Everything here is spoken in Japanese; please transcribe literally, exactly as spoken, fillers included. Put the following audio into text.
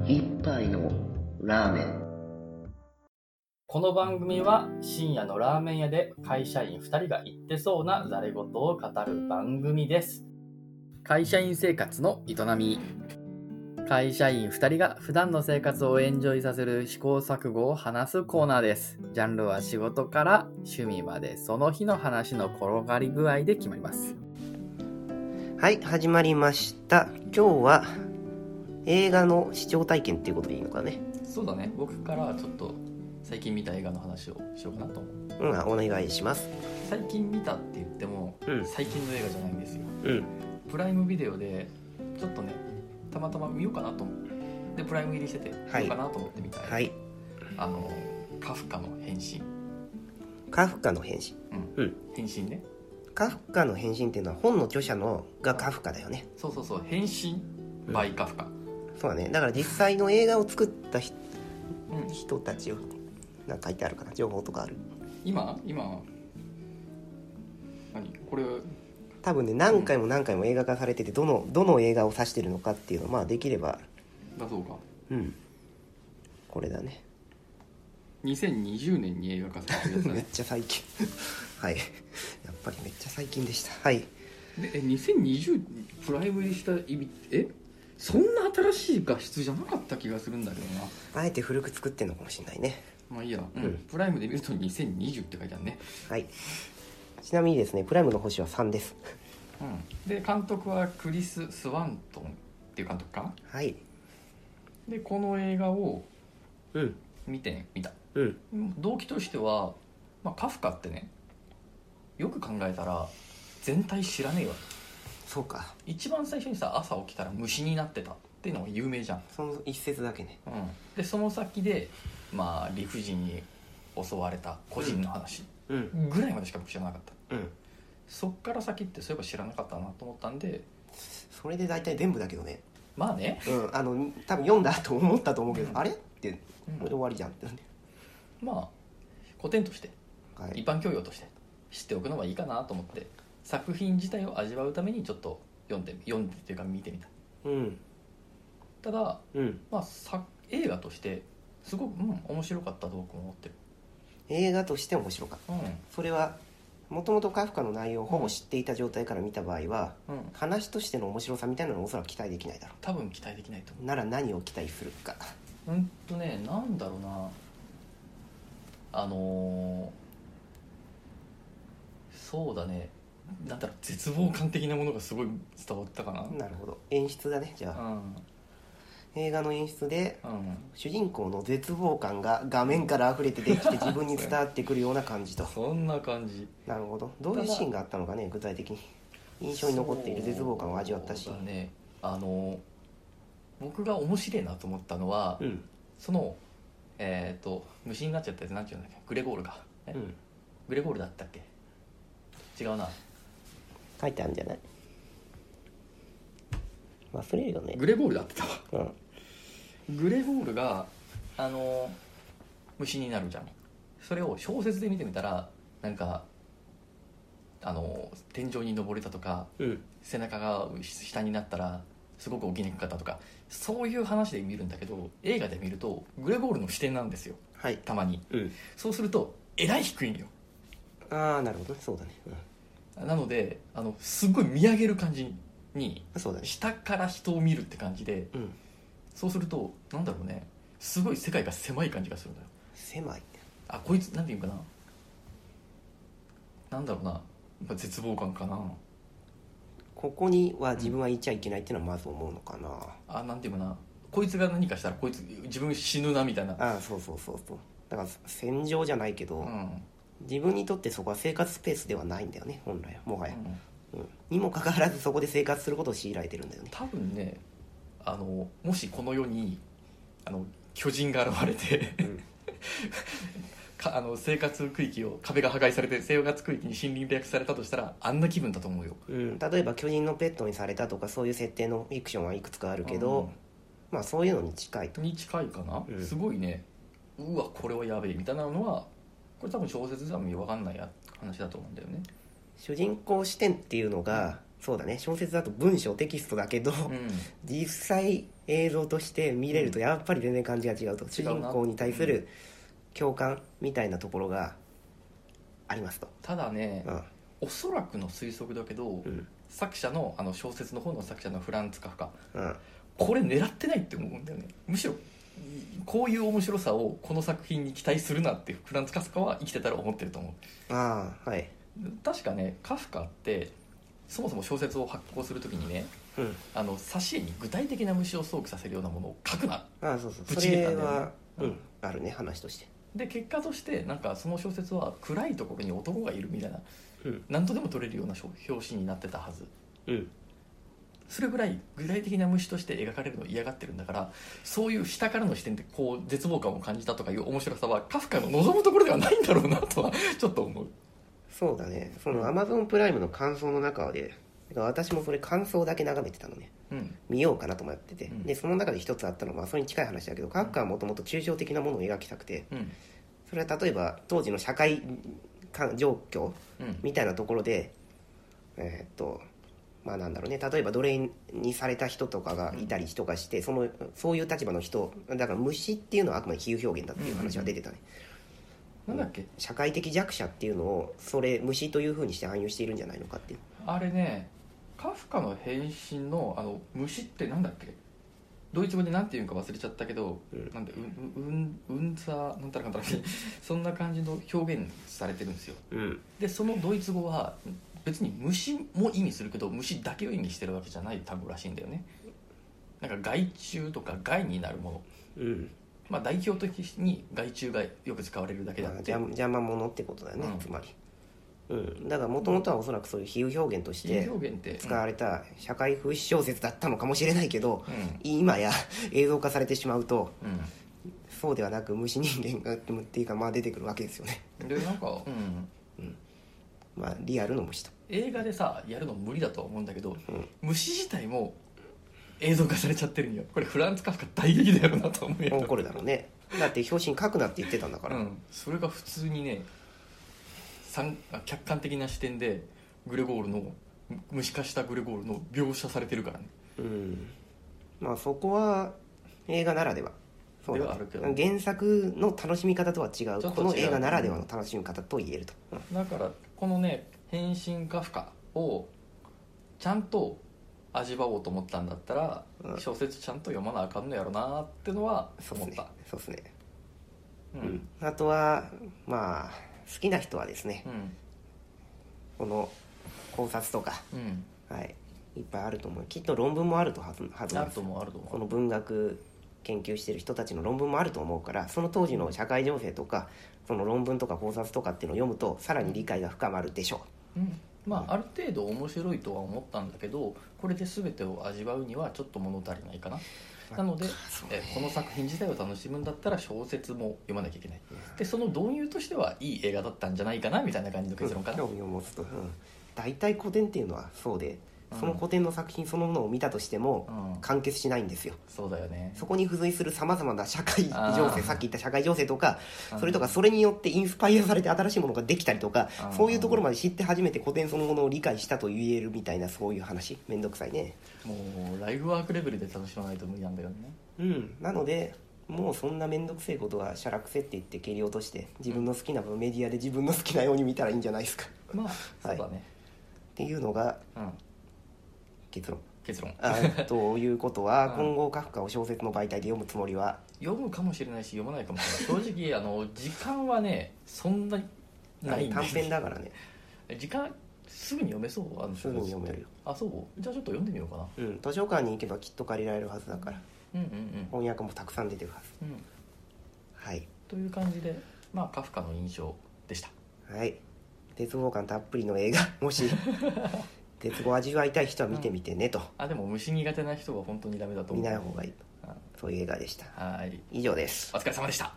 一杯のラーメン。 この番組は深夜のラーメン屋で会社員ふたりが言ってそうなざれ言を語る番組です。会社員生活の営み。会社員ふたりが普段の生活をエンジョイさせる試行錯誤を話すコーナーです。ジャンルは仕事から趣味までその日の話の転がり具合で決まります。 はい、始まりました。今日は映画の視聴体験っていうことでいいのかね。 そうだね、僕からちょっと最近見た映画の話をしようかなと思う。 うん、お願いします。 最近見たって言っても、うん、最近の映画じゃないんですよ、 うん、 プライムビデオでちょっとねたまたま見ようかなと思ってでプライム入りしてて見ようかなと思ってみたい、はい、あのカフカの変身。 カフカの変身、 うんうん、変身ね。 カフカの変身っていうのは本の著者のがカフカだよね。 そうそうそう、変身 by カフカ、 そうだね。だから実際の映画を作った人、うん、人たちをなんか書いてあるかな、情報とかある。 今今何これ多分ね、何回も何回も映画化されてて、どのどの映画を指してるのかっていうのをまあできればだそうか。 うんこれだね。 にせんにじゅうねんに映画化されてるやつだね。 めっちゃ最近はいやっぱりめっちゃ最近でした。はいでえにせんにじゅうプライム入りした意味えそんな新しい画質じゃなかった気がするんだけどな。 あえて古く作ってんのかもしれないね。 まあいいや、うんうん、プライムで見るとにせんにじゅうって書いてあるね。 はい。ちなみにですね、プライムの星はさんです、 うん、で監督はクリス・スワントンっていう監督かな。 はい。 でこの映画をうん見てみた、 うん、 動機としては、まあ、カフカってねよく考えたら全体知らねえわと。 そうか。 一番最初にさ朝起きたら虫になってたっていうのが有名じゃん。 その一節だけね、 うん、でその先で、まあ、理不尽に襲われた個人の話ぐらいまでしか僕知らなかった、うん、そっから先ってそういえば知らなかったなと思ったんで。 それで大体全部だけどね。 まあね、 うん、あの多分読んだと思ったと思うけど、うん、あれってこれで終わりじゃんって、うん、 まあ古典として、 はい、 一般教養として知っておくのはいいかなと思って作品自体を味わうためにちょっと読んで読んでっていうか見てみた、 うん、 ただ、 うん、 まあさ映画としてすごく、うん、面白かったと僕も思ってる。 映画として面白かった、うん、それはもともとカフカの内容をほぼ知っていた状態から見た場合は、うん、話としての面白さみたいなのはおそらく期待できないだろう。 多分期待できないと思う。 なら何を期待するか。 うんとねなんだろうなあのー、そうだねなんだろう絶望感的なものがすごい伝わったかな。 なるほど、演出だねじゃあ、うん映画の演出で、うん、主人公の絶望感が画面から溢れて出てきて自分に伝わってくるような感じと。 そんな感じ。 なるほど。どういうシーンがあったのかね、具体的に印象に残っている絶望感を味わったし。 そうだね、あの僕が面白いなと思ったのは、うん、そのえっ、ー、と虫になっちゃったやつなんていうんだっけ、グレゴールか、うん、グレゴールだったっけ。違うな、 書いてあるんじゃない。忘れるよね。 グレゴールだってたわ、 うんグレゴールがあの虫になるじゃん。それを小説で見てみたらなんかあの天井に登れたとか、うん、背中が下になったらすごく起きにくかったとかそういう話で見るんだけど、映画で見るとグレゴールの視点なんですよ、はい、たまに、うん、そうするとえらい低いんよ。 ああなるほどね、そうだね、 うん、なのであのすごい見上げる感じに、 そうだね、 下から人を見るって感じで、 うんそうするとなんだろうね、すごい世界が狭い感じがするんだよ。 狭い。 あこいつなんていうかな、なんだろうな、やっぱ絶望感かな。 ここには自分はいちゃいけないっていうのはまず思うのかな、 うん、あなんていうかな、こいつが何かしたらこいつ自分死ぬなみたいな。 あそうそうそうそう、だから戦場じゃないけど、うん、自分にとってそこは生活スペースではないんだよね本来は、もはや、うんうん、にもかかわらずそこで生活することを強いられてるんだよね。 多分ね、あのもしこの世にあの巨人が現れて、うん、かあの生活区域を壁が破壊されて生活区域に森林で約されたとしたらあんな気分だと思うよ、 うん、例えば巨人のペットにされたとかそういう設定のフィクションはいくつかあるけど、うん、まあそういうのに近いとに近いかな、うん、すごいね、うわこれはやべえみたいなのはこれ多分小説では分かんないや話だと思うんだよね。 主人公視点っていうのが、うんそうだね、小説だと文章テキストだけど、うん、実際映像として見れるとやっぱり全然感じが違うと、うん、主人公に対する共感みたいなところがありますと。 ただね、 うん、 おそらくの推測だけど、うん、作者のあの小説の方の作者のフランツ・カフカ、うん、これ狙ってないって思うんだよね。むしろこういう面白さをこの作品に期待するなってフランツ・カフカは生きてたら思ってると思う。 ああ、はい。 確かね、カフカってそもそも小説を発行するときにね、うん、あの挿絵に具体的な虫を想起させるようなものを書くな、 ああ、そうそう、ぶち切ったんだよね。それは、うん、あるね、話として。 で結果としてなんかその小説は暗いところに男がいるみたいな、うん、何とでも取れるような表紙になってたはず、うん、それぐらい具体的な虫として描かれるのを嫌がってるんだから、そういう下からの視点でこう絶望感を感じたとかいう面白さはカフカの望むところではないんだろうなとはちょっと思う。 そうだね、その Amazon プライムの感想の中で私もそれ感想だけ眺めてたのね、うん、見ようかなと思ってて、うん、でその中で一つあったのは、まあ、それに近い話だけど、カフカはもともと抽象的なものを描きたくて、うん、それは例えば当時の社会状況みたいなところで、うん、えー、っとまあなんだろうね、例えば奴隷にされた人とかがいたりとかして、そのそういう立場の人だから虫っていうのはあくまで比喩表現だっていう話が出てたね、うんうん、なんだっけ、社会的弱者っていうのをそれ虫という風にして暗喩しているんじゃないのかっていう。 あれね、カフカの変身のあの虫ってなんだっけ、ドイツ語でなんて言うか忘れちゃったけど、うん、なんでうんうんうんざなんたらかんたらそんな感じの表現されてるんですよ、うん、でそのドイツ語は別に虫も意味するけど虫だけを意味してるわけじゃない単語らしいんだよね。なんか害虫とか害になるもの、うん、まあ代表的に害虫がよく使われるだけだって、 邪魔者ってことだよね、うん、つまり、うん、だからもともとはおそらくそういう比喩表現として使われた社会風刺小説だったのかもしれないけど、うん、今や映像化されてしまうと、うん、そうではなく虫人間がっていうか、まあ出てくるわけですよね。 でなんか、うんうん、まあリアルの虫と映画でさやるの無理だとは思うんだけど、うん、虫自体も映像化されちゃってるんよ。これフランツ・カフカ大激だよなと思うよ。 怒るだろうね。だって表紙に書くなって言ってたんだから、うん、 それが普通にね客観的な視点でグレゴールの虫化したグレゴールの描写されてるからね。 うん、まあそこは映画ならではそうだ、ね、ではあるけど原作の楽しみ方とは違う、違うこの映画ならではの楽しみ方と言えると、 うん、だからこのね変身カフカをちゃんと味わおうと思ったんだったら、うん、小説ちゃんと読まなあかんのやろなってのは思った。 そうですね、うんうん、あとはまあ好きな人はですね、うん、この考察とか、うんはい、いっぱいあると思う。きっと論文もあるとはずはずなんです。この文学研究してる人たちの論文もあると思うから、その当時の社会情勢とかその論文とか考察とかっていうのを読むとさらに理解が深まるでしょう、 うんまあ、ある程度面白いとは思ったんだけど、これで全てを味わうにはちょっと物足りないかな。なので、えこの作品自体を楽しむんだったら小説も読まなきゃいけない。でその導入としてはいい映画だったんじゃないかなみたいな感じの結論かな。 興味を持つと、うん、大体古典っていうのはそうで、その古典の作品そのものを見たとしても完結しないんですよ、 うん、そうだよね。 そこに付随するさまざまな社会情勢、さっき言った社会情勢とか、それとかそれによってインスパイアされて新しいものができたりとか、そういうところまで知って初めて古典そのものを理解したと言えるみたいな、そういう話。めんどくさいね。 もうライフワークレベルで楽しまないと無理なんだよね。 うん、なのでもうそんなめんどくせえことはしゃらくせって言って蹴り落として、自分の好きなメディアで自分の好きなように見たらいいんじゃないですか。 まあそうだね、はい、 っていうのが、うん結論結論あということは今後カフカを小説の媒体で読むつもりは、 読むかもしれないし読まないかもしれない。正直あの時間はねそんなにないんで短編だからね。 時間すぐに読めそう。あのすぐに読めるよ。 あ、そう。じゃあちょっと読んでみようかな。 うん、図書館に行けばきっと借りられるはずだから、うんうんうん、翻訳もたくさん出てるはず、うん、はいという感じで、まあカフカの印象でした。 はい、絶望感たっぷりの映画、もし絶望を味わいたい人は見てみてねと、うん、 あでも虫苦手な人は本当にダメだと思う。 見ない方がいいと、うん、そういう映画でした。 はい、 以上です。 お疲れ様でした。